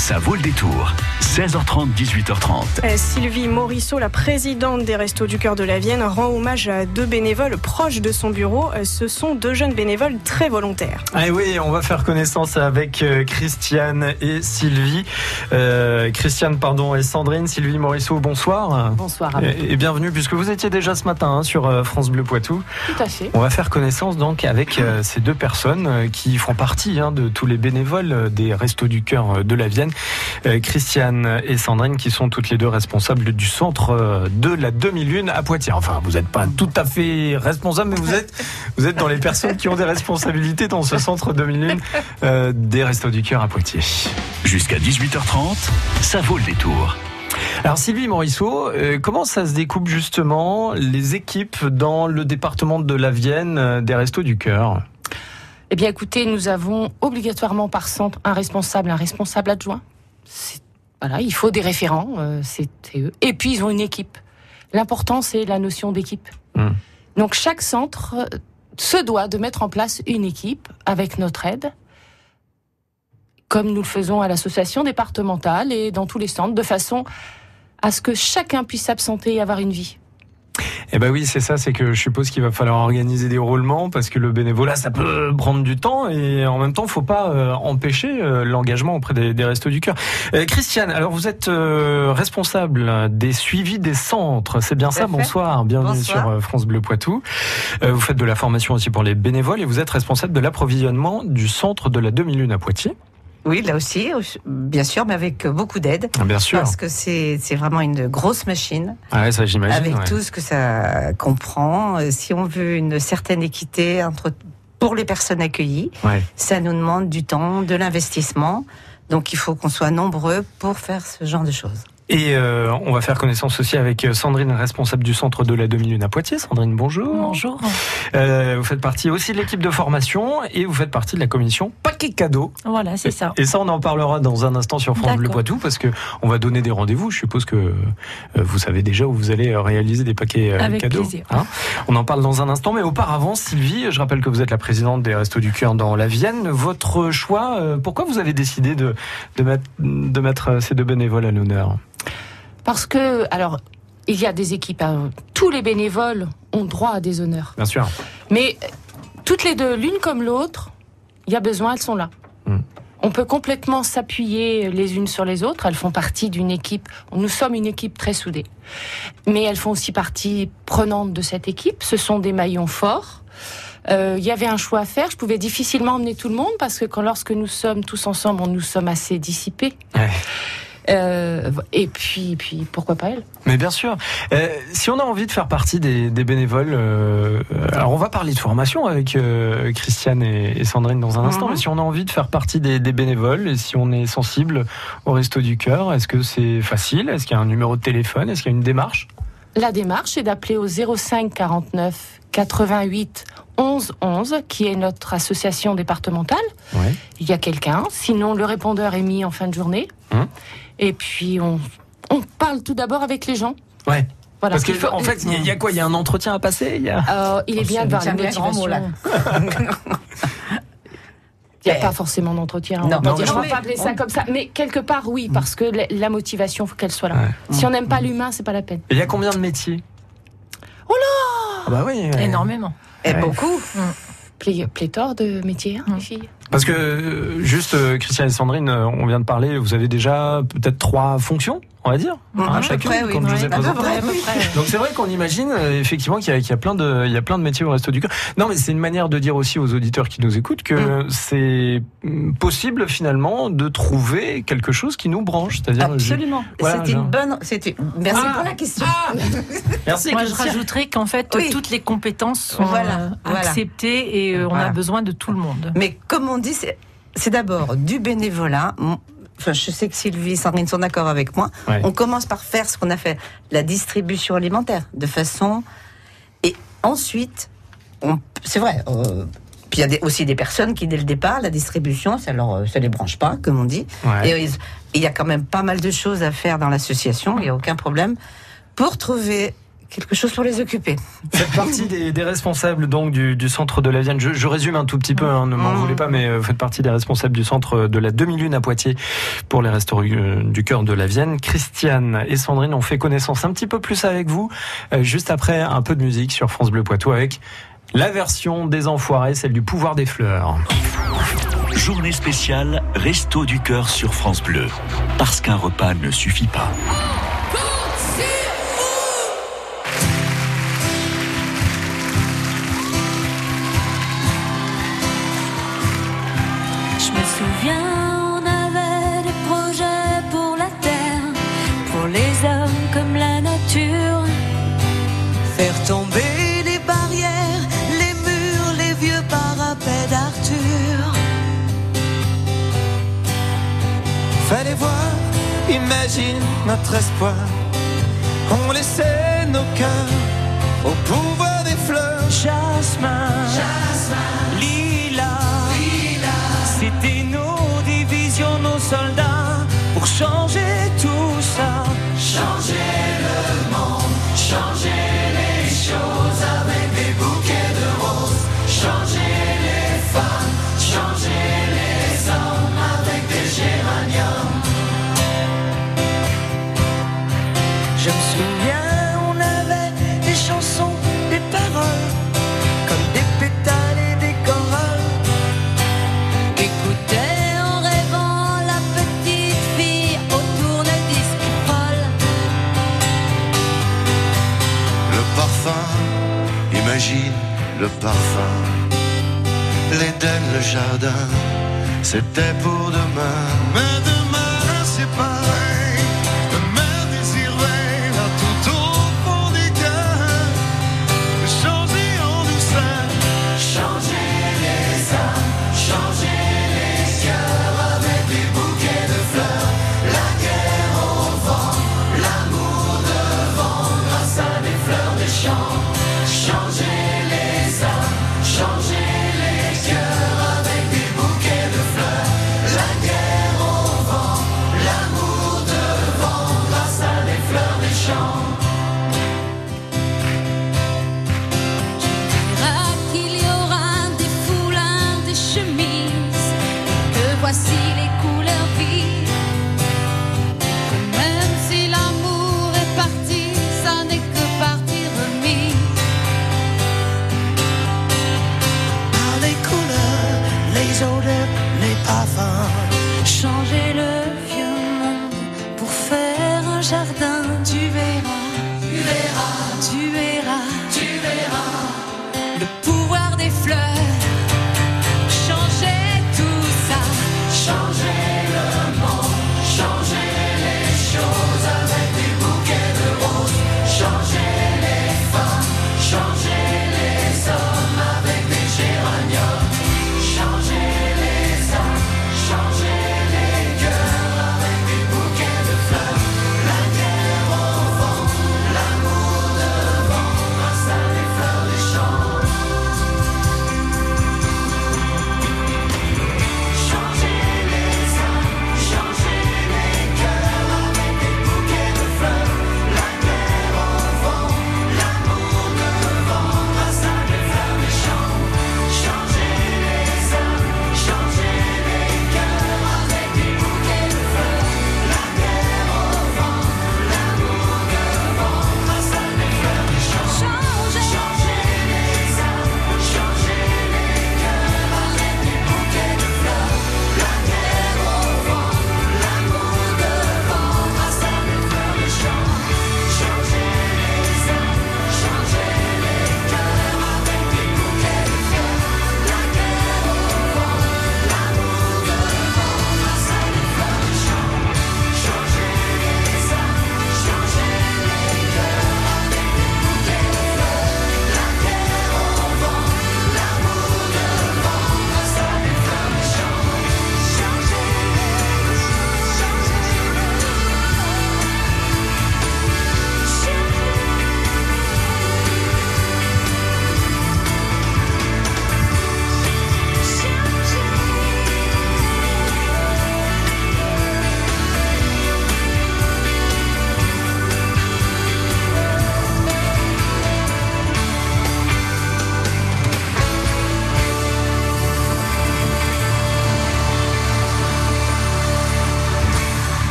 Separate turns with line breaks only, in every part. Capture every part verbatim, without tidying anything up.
Ça vaut le détour. seize heures trente, dix-huit heures trente.
Euh, Sylvie Morisseau, la présidente des Restos du Cœur de la Vienne, rend hommage à deux bénévoles proches de son bureau. Euh, ce sont deux jeunes bénévoles très volontaires.
Ah oui, on va faire connaissance avec euh, Christiane et Sylvie. Euh, Christiane, pardon, et Sandrine. Sylvie Morisseau, bonsoir.
Bonsoir.
Et, et bienvenue, puisque vous étiez déjà ce matin hein, sur euh, France Bleu Poitou.
Tout à fait.
On va faire connaissance donc avec euh, ces deux personnes euh, qui font partie hein, de tous les bénévoles euh, des Restos du Cœur de la Vienne. Euh, Christiane et Sandrine qui sont toutes les deux responsables du centre euh, de la demi-lune à Poitiers. Enfin, vous n'êtes pas tout à fait responsable, mais vous êtes, vous êtes dans les personnes qui ont des responsabilités dans ce centre demi-lune euh, des Restos du Cœur à Poitiers.
Jusqu'à dix-huit heures trente, ça vaut le détour.
Alors Sylvie Morisseau, euh, comment ça se découpe justement les équipes dans le département de la Vienne euh, des Restos du Cœur ?
Eh bien, écoutez, nous avons obligatoirement par centre un responsable, un responsable adjoint. C'est, voilà, il faut des référents, euh, c'est, c'est eux. Et puis, ils ont une équipe. L'important, c'est la notion d'équipe. Mmh. Donc, chaque centre euh, se doit de mettre en place une équipe avec notre aide, comme nous le faisons à l'association départementale et dans tous les centres, de façon à ce que chacun puisse s'absenter et avoir une vie.
Eh ben oui, c'est ça, c'est que je suppose qu'il va falloir organiser des roulements parce que le bénévolat, ça peut prendre du temps et en même temps, faut pas euh, empêcher euh, l'engagement auprès des, des Restos du Cœur. Euh, Christiane, alors vous êtes euh, responsable des suivis des centres, c'est bien ça? Bonsoir, bienvenue Bonsoir. sur France Bleu Poitou. Euh, vous faites de la formation aussi pour les bénévoles et vous êtes responsable de l'approvisionnement du centre de la demi-lune à Poitiers.
Oui, là aussi, bien sûr, mais avec beaucoup d'aide.
Bien sûr.
Parce que c'est, c'est vraiment une grosse machine.
Ah ouais, ça j'imagine.
Avec
ouais.
tout ce que ça comprend. Si on veut une certaine équité entre, pour les personnes accueillies, ouais. ça nous demande du temps, de l'investissement. Donc il faut qu'on soit nombreux pour faire ce genre de choses.
Et euh, on va faire connaissance aussi avec Sandrine, responsable du centre de la demi-lune à Poitiers. Sandrine, bonjour.
Bonjour.
Euh, vous faites partie aussi de l'équipe de formation et vous faites partie de la commission paquet cadeau.
Voilà, c'est ça.
Et ça, on en parlera dans un instant sur France Bleu Poitou parce que on va donner des rendez-vous. Je suppose que euh, vous savez déjà où vous allez réaliser des paquets euh,
avec
cadeaux.
Plaisir.
Hein, on en parle dans un instant. Mais auparavant, Sylvie, je rappelle que vous êtes la présidente des Restos du Cœur dans la Vienne. Votre choix, euh, pourquoi vous avez décidé de, de, mettre, de mettre ces deux bénévoles à l'honneur ?
Parce que, alors, il y a des équipes, hein, tous les bénévoles ont droit à des honneurs.
Bien sûr.
Mais toutes les deux, l'une comme l'autre, il y a besoin, elles sont là. Mmh. On peut complètement s'appuyer les unes sur les autres. Elles font partie d'une équipe. Nous sommes une équipe très soudée. Mais elles font aussi partie prenante de cette équipe. Ce sont des maillons forts. Euh, il y avait un choix à faire. Je pouvais difficilement emmener tout le monde parce que quand, lorsque nous sommes tous ensemble, nous sommes assez dissipés. Ouais. Euh, et puis, puis, pourquoi pas elle ?
Mais bien sûr. Euh, si on a envie de faire partie des, des bénévoles, euh, alors on va parler de formation avec euh, Christiane et, et Sandrine dans un instant. Mm-hmm. Mais si on a envie de faire partie des, des bénévoles et si on est sensible au Resto du Cœur, est-ce que c'est facile ? Est-ce qu'il y a un numéro de téléphone ? Est-ce qu'il y a une démarche ?
La démarche est d'appeler au zéro cinq quarante-neuf quatre-vingt-huit onze onze, qui est notre association départementale. Ouais. Il y a quelqu'un. Sinon, le répondeur est mis en fin de journée. Hum. Et puis, on, on parle tout d'abord avec les gens.
Ouais. Voilà, parce que faut... en fait, il y a quoi ? Il y a un entretien à passer. Il y a.
Euh, il est bien de voir la motivation. Il n'y a pas forcément d'entretien.
Non,
on
non,
ne va
mais...
pas appeler ça comme ça. Mais quelque part, oui, parce que la motivation, il faut qu'elle soit là. Ouais. Si on n'aime pas l'humain, c'est pas la peine.
Et il y a combien de métiers ?
Oh là !
Ah bah oui. Ouais.
Énormément.
Et ouais. beaucoup.
Plé- pléthore de métiers, hein, mmh. les filles.
Parce que, juste, Christiane et Sandrine, on vient de parler, vous avez déjà peut-être trois fonctions, on va dire, mmh, hein, chacune,
près, oui,
comme
oui,
je vous ai
oui,
présenté.
vrai, oui.
Donc c'est vrai qu'on imagine effectivement qu'il y a, qu'il y a plein de, il y a plein de métiers au Resto du Cœur. Non, mais c'est une manière de dire aussi aux auditeurs qui nous écoutent que mmh. c'est possible finalement de trouver quelque chose qui nous branche, c'est-à-dire.
Absolument.
Je... Voilà,
c'était
genre...
une bonne. C'était. Merci ah, pour la question. Ah
Merci. Moi, je rajouterais qu'en fait, oui. toutes les compétences sont
voilà,
voilà. acceptées et euh, on voilà. a besoin de tout le monde.
Mais comme on dit, c'est, c'est d'abord du bénévolat. Enfin, je sais que Sylvie et Sandrine sont d'accord avec moi. Ouais. On commence par faire ce qu'on a fait, la distribution alimentaire, de façon... Et ensuite, on... c'est vrai, euh... puis il y a des, aussi des personnes qui, dès le départ, la distribution, ça ne ça les branche pas, comme on dit. Ouais. Et il y a quand même pas mal de choses à faire dans l'association, il n'y a aucun problème, pour trouver quelque chose pour les occuper.
Faites partie des, des responsables donc du, du centre de la Vienne. Je, je résume un tout petit peu, hein, ne m'en mmh. voulez pas, mais euh, faites partie des responsables du centre de la demi-lune à Poitiers pour les Restos euh, du cœur de la Vienne. Christiane et Sandrine ont fait connaissance un petit peu plus avec vous, euh, juste après un peu de musique sur France Bleu Poitou avec la version des Enfoirés, celle du Pouvoir des Fleurs.
Journée spéciale Resto du cœur sur France Bleu, parce qu'un repas ne suffit pas.
Je me souviens, on avait des projets pour la terre, pour les hommes comme la nature.
Faire tomber les barrières, les murs, les vieux parapets d'Arthur. Fallait voir, imagine notre espoir. On laissait nos cœurs au pouvoir des fleurs. Jasmin, Jasmin, Lila, Lila. C'était nos divisions, nos soldats, pour changer tout ça. Changer le monde, changer les choses avec des bouquets de roses. Changer les femmes, changer les hommes avec des géraniums. Je me souviens, on avait des chansons, des paroles, comme des pétales et des corolles.
Écoutez en rêvant la petite fille au tourne-disque folle.
Le parfum, imagine le parfum. L'Éden, le jardin, c'était pour demain. Mais demain, c'est pareil. Le même désir veille là tout au fond des cœurs. Changer en douceur. Changer les âmes, changer les cœurs avec des bouquets de fleurs. La guerre au vent, l'amour devant, grâce à des fleurs des champs. Changer les âmes, changer les cœurs avec des bouquets de fleurs. La guerre au vent, l'amour devant, grâce à des fleurs des champs.
Dira qu'il y aura des foulards, des chemises, que voici les couleurs vives. Que même si l'amour est parti, ça n'est que partie remise.
Par les couleurs, les odeurs, les parfums.
Changer le vieux monde pour faire un jardin. Tu verras, tu verras, tu verras, tu verras le pouvoir des fleurs. Changer tout ça, changer le monde, changer les choses avec des bouquets de roses. Changer les femmes, changer les hommes avec des géraniums. Changer les âmes, changer les cœurs avec des bouquets de fleurs. La guerre au vent.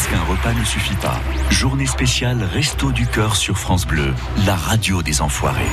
Parce qu'un repas ne suffit pas. Journée spéciale Resto du Cœur sur France Bleu, la radio des enfoirés.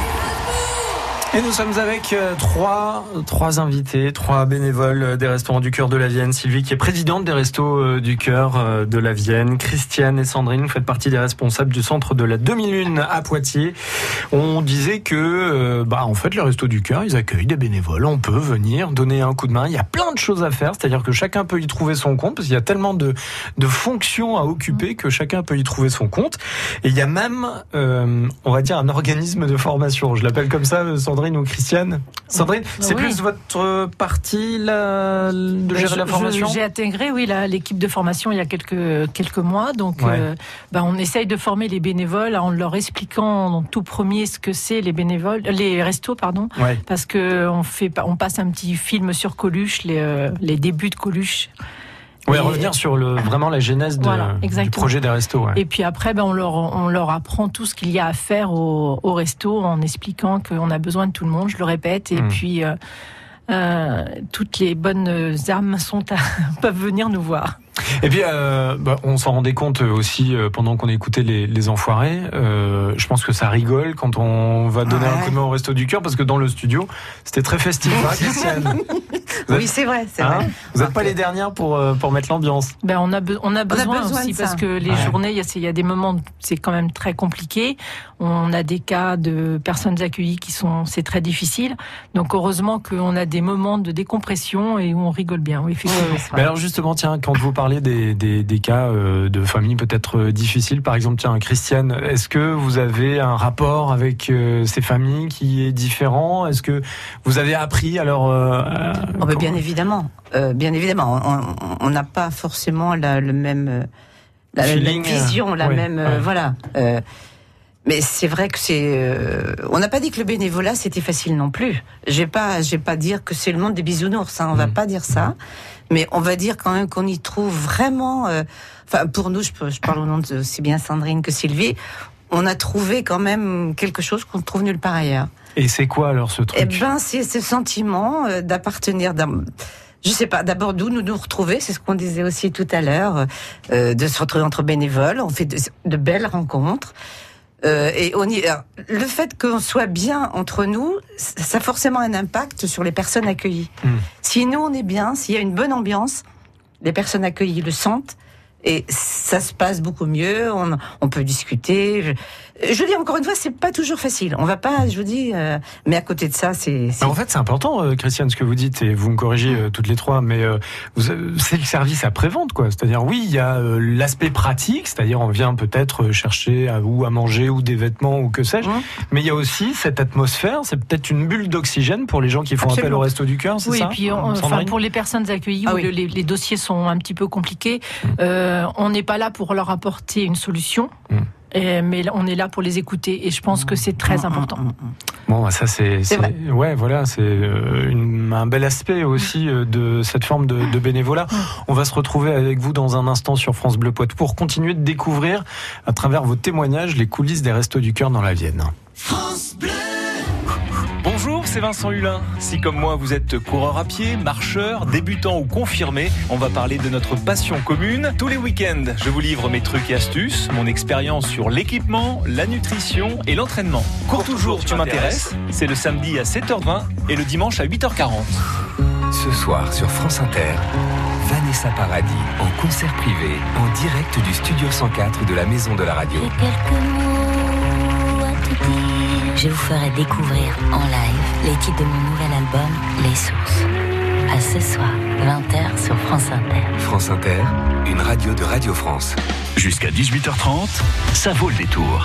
Et nous sommes avec euh, trois, trois invités, trois bénévoles des Restaurants du Cœur de la Vienne. Sylvie, qui est présidente des Restos euh, du Cœur euh, de la Vienne. Christiane et Sandrine, vous faites partie des responsables du centre de la demi-lune à Poitiers. On disait que, euh, bah, en fait, les Restos du Cœur, ils accueillent des bénévoles. On peut venir donner un coup de main. Il y a plein de choses à faire. C'est-à-dire que chacun peut y trouver son compte, parce qu'il y a tellement de, de fonctions à occuper que chacun peut y trouver son compte. Et il y a même, euh, on va dire, un organisme de formation. Je l'appelle comme ça, Sandrine ou Christiane. Sandrine, c'est oui. plus votre partie là, de gérer
je,
la formation.
je, J'ai intégré, oui, la, l'équipe de formation il y a quelques quelques mois. Donc,
ouais.
euh, bah, on essaye de former les bénévoles en leur expliquant en tout premier ce que c'est les bénévoles, les restos, pardon,
ouais.
parce que on fait, on passe un petit film sur Coluche, les euh, les débuts de Coluche.
Oui, revenir sur le, vraiment la genèse de,
voilà,
du projet des restos. Ouais.
Et puis après, ben, on, leur, on leur apprend tout ce qu'il y a à faire au, au resto en expliquant qu'on a besoin de tout le monde, je le répète. Et mmh. puis, euh, euh, toutes les bonnes âmes sont à, peuvent venir nous voir.
Et puis, euh, bah, on s'en rendait compte aussi euh, pendant qu'on écoutait les, les enfoirés. Euh, je pense que ça rigole quand on va donner ouais. un coup de main au Resto du Cœur, parce que dans le studio, c'était très festif, hein, Christiane.
Oui, c'est vrai, c'est hein vrai.
Vous n'êtes pas les dernières pour euh, pour mettre l'ambiance.
Ben on a be- on a besoin, on a besoin aussi parce que les
ouais.
journées, il y a il y a des moments, c'est quand même très compliqué. On a des cas de personnes accueillies qui sont, c'est très difficile. Donc heureusement qu'on a des moments de décompression et où on rigole bien. Oui, effectivement.
Mais alors justement, tiens, quand vous parlez des des, des cas euh, de familles peut-être difficiles, par exemple, tiens, Christiane, est-ce que vous avez un rapport avec euh, ces familles qui est différent ? Est-ce que vous avez appris alors euh,
oh, ben, bien évidemment, euh, bien évidemment, on n'a pas forcément la, le même, la, la même vision, la ouais, même, ouais. Euh, voilà. Euh, mais c'est vrai que c'est, euh, on n'a pas dit que le bénévolat c'était facile non plus. J'ai pas, j'ai pas dire que c'est le monde des bisounours, hein, on mmh. va pas dire ça, mais on va dire quand même qu'on y trouve vraiment. Enfin, euh, pour nous, je, je parle au nom de aussi bien Sandrine que Sylvie, on a trouvé quand même quelque chose qu'on ne trouve nulle part ailleurs.
Et c'est quoi alors ce truc ?
Eh ben, c'est ce sentiment euh, d'appartenir. D'un... Je sais pas. D'abord, d'où nous nous retrouver, c'est ce qu'on disait aussi tout à l'heure, euh, de se retrouver entre bénévoles. On fait de, de belles rencontres. Euh, et on y, alors, le fait qu'on soit bien entre nous, ça a forcément un impact sur les personnes accueillies. Mmh. Si nous on est bien, s'il y a une bonne ambiance, les personnes accueillies le sentent. Et ça se passe beaucoup mieux, on, on peut discuter. Je, je dis encore une fois, c'est pas toujours facile. On va pas, je vous dis, euh, mais à côté de ça, c'est. c'est...
En fait, c'est important, euh, Christiane, ce que vous dites, et vous me corrigez euh, toutes les trois, mais euh, vous, c'est le service après-vente, quoi. C'est-à-dire, oui, il y a euh, l'aspect pratique, c'est-à-dire on vient peut-être chercher à, ou à manger ou des vêtements ou que sais-je, mmh. mais il y a aussi cette atmosphère, c'est peut-être une bulle d'oxygène pour les gens qui font Absolument. appel au Resto du Cœur, c'est
oui,
ça ?
Oui, et puis on, enfin, pour les personnes accueillies ah, où oui. le, les, les dossiers sont un petit peu compliqués. Mmh. Euh, on n'est pas là pour leur apporter une solution, mmh. et, mais on est là pour les écouter, et je pense que c'est très important.
Bon, ça c'est,
c'est,
c'est ouais, voilà, c'est une, un bel aspect aussi de cette forme de, de bénévolat. On va se retrouver avec vous dans un instant sur France Bleu Poitou pour continuer de découvrir à travers vos témoignages les coulisses des Restos du Cœur dans la Vienne.
France Bleu. Bonjour, c'est Vincent Hulin. Si comme moi vous êtes coureur à pied, marcheur, débutant ou confirmé, on va parler de notre passion commune. Tous les week-ends, je vous livre mes trucs et astuces, mon expérience sur l'équipement, la nutrition et l'entraînement. Cours toujours, tu m'intéresses. C'est le samedi à sept heures vingt et le dimanche à huit heures quarante.
Ce soir sur France Inter, Vanessa Paradis en concert privé, en direct du Studio cent quatre de la Maison de la Radio.
J'ai quelques mots à te dire. Je vous ferai découvrir en live les titres de mon nouvel album, Les Sources. À ce soir, vingt heures sur France Inter.
France Inter, une radio de Radio France.
Jusqu'à dix-huit heures trente, ça vaut le détour.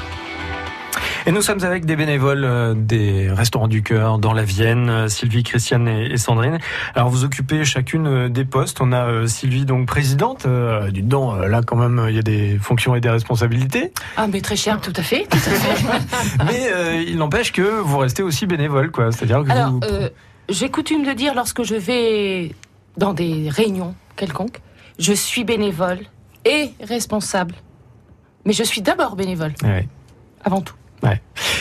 Et nous sommes avec des bénévoles euh, des Restaurants du Cœur dans la Vienne, euh, Sylvie, Christiane et, et Sandrine. Alors vous occupez chacune euh, des postes. On a euh, Sylvie, donc présidente. Euh, du dedans, euh, là quand même, il y a des fonctions et des responsabilités.
Ah mais très cher, tout à fait. Tout à fait.
Mais euh, il n'empêche que vous restez aussi bénévole, quoi. C'est-à-dire que
Alors,
vous...
euh, j'ai coutume de dire lorsque je vais dans des réunions quelconques, je suis bénévole et responsable. Mais je suis d'abord bénévole.
Ouais.
Avant tout.
Ouais.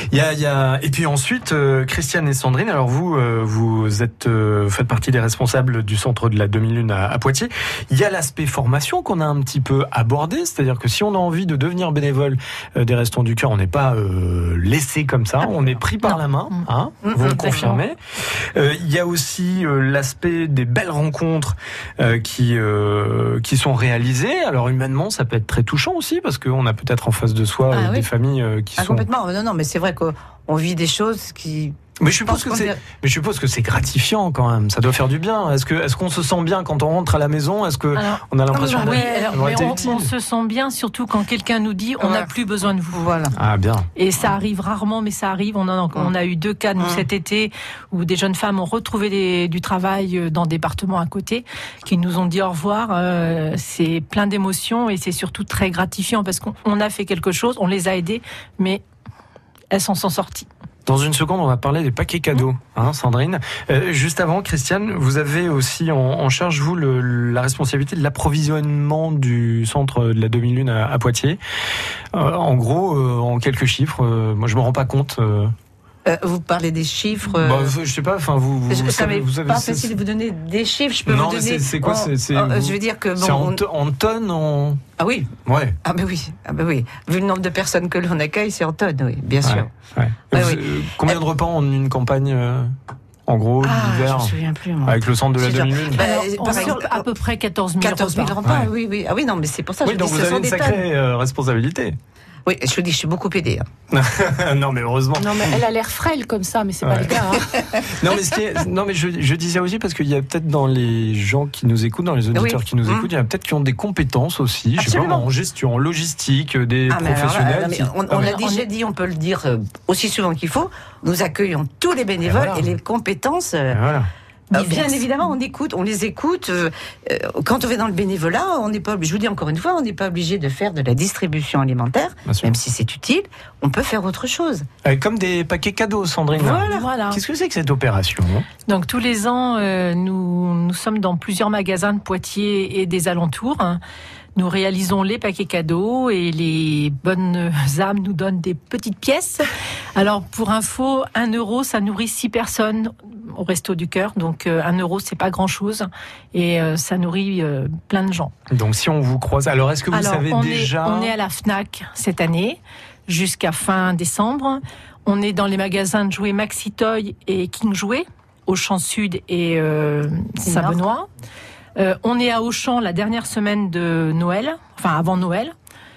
Il y a, il y a... Et puis ensuite, euh, Christiane et Sandrine, alors vous, euh, vous êtes, euh, faites partie des responsables du centre de la demi-lune à, à Poitiers. Il y a l'aspect formation qu'on a un petit peu abordé, c'est-à-dire que si on a envie de devenir bénévole euh, des Restos du Cœur, on n'est pas euh, laissé comme ça, on est pris par non. la main, hein, mmh. vous mmh, le confirmez. Euh, il y a aussi euh, l'aspect des belles rencontres euh, qui, euh, qui sont réalisées. Alors humainement, ça peut être très touchant aussi, parce qu'on a peut-être en face de soi ah, euh, oui. des familles euh, qui
ah,
sont...
Complètement, non, non, mais c'est vrai qu'on vit des choses qui...
Mais je suppose que c'est, mais je suppose que c'est gratifiant quand même. Ça doit faire du bien. Est-ce que, est-ce qu'on se sent bien quand on rentre à la maison? Est-ce que alors, on a l'impression
oui,
d'avoir été utile?
On se sent bien, surtout quand quelqu'un nous dit on n'a ouais. plus besoin de vous.
Voilà.
Ah bien.
Et ça arrive rarement, mais ça arrive. On a, on a eu deux cas nous mmh. cet été où des jeunes femmes ont retrouvé des, du travail dans des départements à côté, qui nous ont dit au revoir. Euh, c'est plein d'émotions et c'est surtout très gratifiant parce qu'on a fait quelque chose, on les a aidées, mais elles s'en sont sorties.
Dans une seconde, on va parler des paquets cadeaux, hein, Sandrine. Euh, juste avant, Christiane, vous avez aussi en, en charge, vous, le, la responsabilité de l'approvisionnement du centre de la demi-lune à, à Poitiers. Euh, en gros, euh, en quelques chiffres, euh, moi je me rends pas compte... Euh
Euh, vous parlez des chiffres. Euh...
Bah, je sais pas. Enfin, vous. vous
je
vous
savez,
vous avez,
pas
c'est,
facile de vous donner des chiffres. Je peux
non,
vous donner.
C'est, c'est quoi
en,
c'est, c'est,
en,
vous,
Je veux dire que bon,
c'est en,
on...
en tonnes, en.
Ah oui.
Ouais.
Ah ben oui. Ah ben oui. Vu le nombre de personnes que l'on accueille, c'est en tonnes, oui, bien
ouais,
sûr.
Ouais.
Ouais,
vous,
oui.
euh, combien de repas en une campagne? Euh... En gros,
ah,
l'hiver,
je me souviens plus, moi.
Avec le centre de la demi-lune.
Bah, on sur à peu près quatorze mille
quatorze mille
repas.
repas,
ouais.
oui, oui. Ah oui, non, mais c'est pour ça que
oui,
je
donc
dis
vous
ce
avez
sont
une
des
sacrée euh, responsabilité.
Oui, je vous dis, je suis beaucoup aidée.
Hein. Non, mais heureusement.
Non, mais elle a l'air frêle comme ça, mais c'est ouais. pas le cas. Hein.
Non, mais, ce qui est, non, mais je, je dis ça aussi parce qu'il y a peut-être dans les gens qui nous écoutent, dans les auditeurs oui. qui nous mmh. écoutent, il y en a peut-être qui ont des compétences aussi, je sais pas, en gestion, en logistique, des ah, professionnels.
Alors,
qui...
on on ah, l'a déjà dit, on peut le dire aussi souvent qu'il faut. Nous accueillons tous les bénévoles et, voilà. et les compétences. Et voilà. Euh, bien évidemment, on écoute, on les écoute. Euh, quand on va dans le bénévolat, on n'est pas obligé, je vous dis encore une fois, on n'est pas obligé de faire de la distribution alimentaire, même si c'est utile. On peut faire autre chose.
Euh, comme des paquets cadeaux, Sandrine.
Voilà, voilà.
Qu'est-ce que c'est que cette opération?
Donc tous les ans, euh, nous nous sommes dans plusieurs magasins de Poitiers et des alentours. Hein. Nous réalisons les paquets cadeaux et les bonnes âmes nous donnent des petites pièces. Alors, pour info, un euro, ça nourrit six personnes au Resto du Cœur. Donc, euh, un euro, c'est pas grand-chose. Et euh, ça nourrit euh, plein de gens.
Donc, si on vous croise... Alors, est-ce que vous
Alors,
savez
on
déjà...
Est, on est à la Fnac cette année, jusqu'à fin décembre. On est dans les magasins de jouets Maxi Toy et King Jouets, Auchan Sud et euh, Saint-Benoît. Euh, on est à Auchan la dernière semaine de Noël, enfin avant Noël.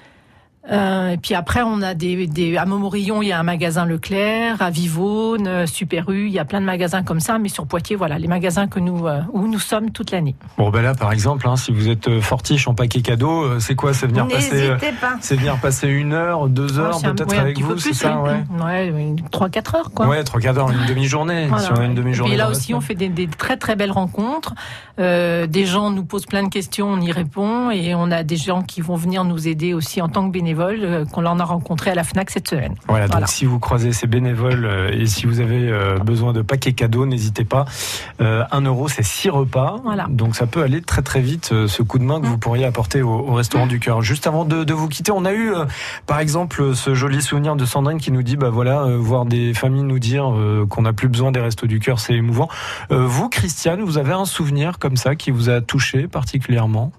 Euh, et puis après, on a des, des à Montmorillon, il y a un magasin Leclerc, à Vivonne, Super U, il y a plein de magasins comme ça. Mais sur Poitiers, voilà, les magasins que nous euh, où nous sommes toute l'année.
Bon ben là, par exemple, hein, si vous êtes fortiche en paquet cadeau, c'est quoi? C'est venir
N'hésitez
passer,
pas.
C'est venir passer une heure, deux heures, oh, peut-être
un, ouais,
avec vous,
plus,
c'est ça,
oui. ouais, ouais, trois quatre heures, quoi.
Ouais, trois quatre heures, une demi-journée.
Voilà.
Si on a une demi-journée.
Et là aussi, on fait des, des très très belles rencontres. Euh, des gens nous posent plein de questions, on y répond, et on a des gens qui vont venir nous aider aussi en tant que bénévoles, euh, qu'on en a rencontré à la Fnac cette semaine.
Voilà, donc
voilà.
si vous croisez ces bénévoles euh, et si vous avez euh, besoin de paquets cadeaux, n'hésitez pas. Euh, un euro, c'est six repas.
Voilà.
Donc ça peut aller très très vite, euh, ce coup de main que mmh. vous pourriez apporter au, au Restaurant mmh. du Cœur. Juste avant de, de vous quitter, on a eu, euh, par exemple, ce joli souvenir de Sandrine qui nous dit, bah voilà, euh, voir des familles nous dire euh, qu'on n'a plus besoin des Restos du Cœur, c'est émouvant. Euh, vous, Christiane, vous avez un souvenir comme ça qui vous a touché particulièrement?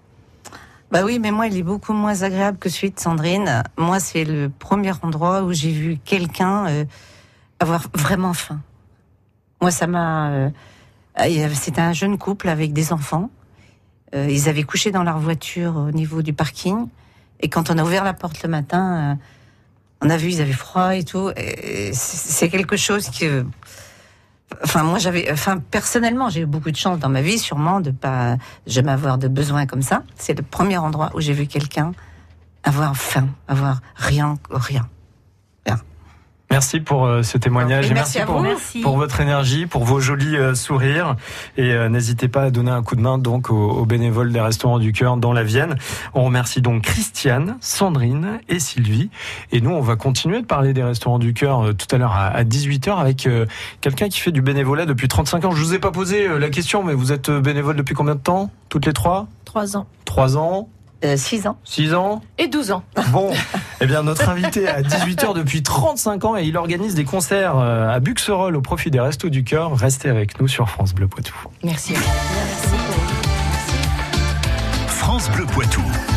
Bah oui, mais moi, il est beaucoup moins agréable que celui de Sandrine. Moi, c'est le premier endroit où j'ai vu quelqu'un euh, avoir vraiment faim. Moi, ça m'a... Euh, c'était un jeune couple avec des enfants. Euh, ils avaient couché dans leur voiture au niveau du parking. Et quand on a ouvert la porte le matin, euh, on a vu, ils avaient froid et tout. Et c'est quelque chose qui... Euh, Enfin, moi, j'avais, enfin, personnellement, j'ai eu beaucoup de chance dans ma vie, sûrement, de pas jamais avoir de besoin comme ça. C'est le premier endroit où j'ai vu quelqu'un avoir faim, avoir rien, rien. rien.
Merci pour euh, ce témoignage et,
et
merci,
merci,
pour,
merci
pour votre énergie, pour vos jolis euh, sourires et euh, n'hésitez pas à donner un coup de main donc aux, aux bénévoles des Restaurants du Cœur dans la Vienne. On remercie donc Christiane, Sandrine et Sylvie et nous on va continuer de parler des Restaurants du Cœur euh, tout à l'heure à, à dix-huit heures avec euh, quelqu'un qui fait du bénévolat depuis trente-cinq ans. Je vous ai pas posé euh, la question mais vous êtes bénévole depuis combien de temps? Toutes les trois?
Trois ans.
Trois ans.
six ans.
six ans
et douze ans.
Bon, eh bien notre invité a dix-huit heures depuis trente-cinq ans et il organise des concerts à Buxerolles au profit des Restos du Cœur. Restez avec nous sur France Bleu Poitou.
Merci.
France Bleu Poitou.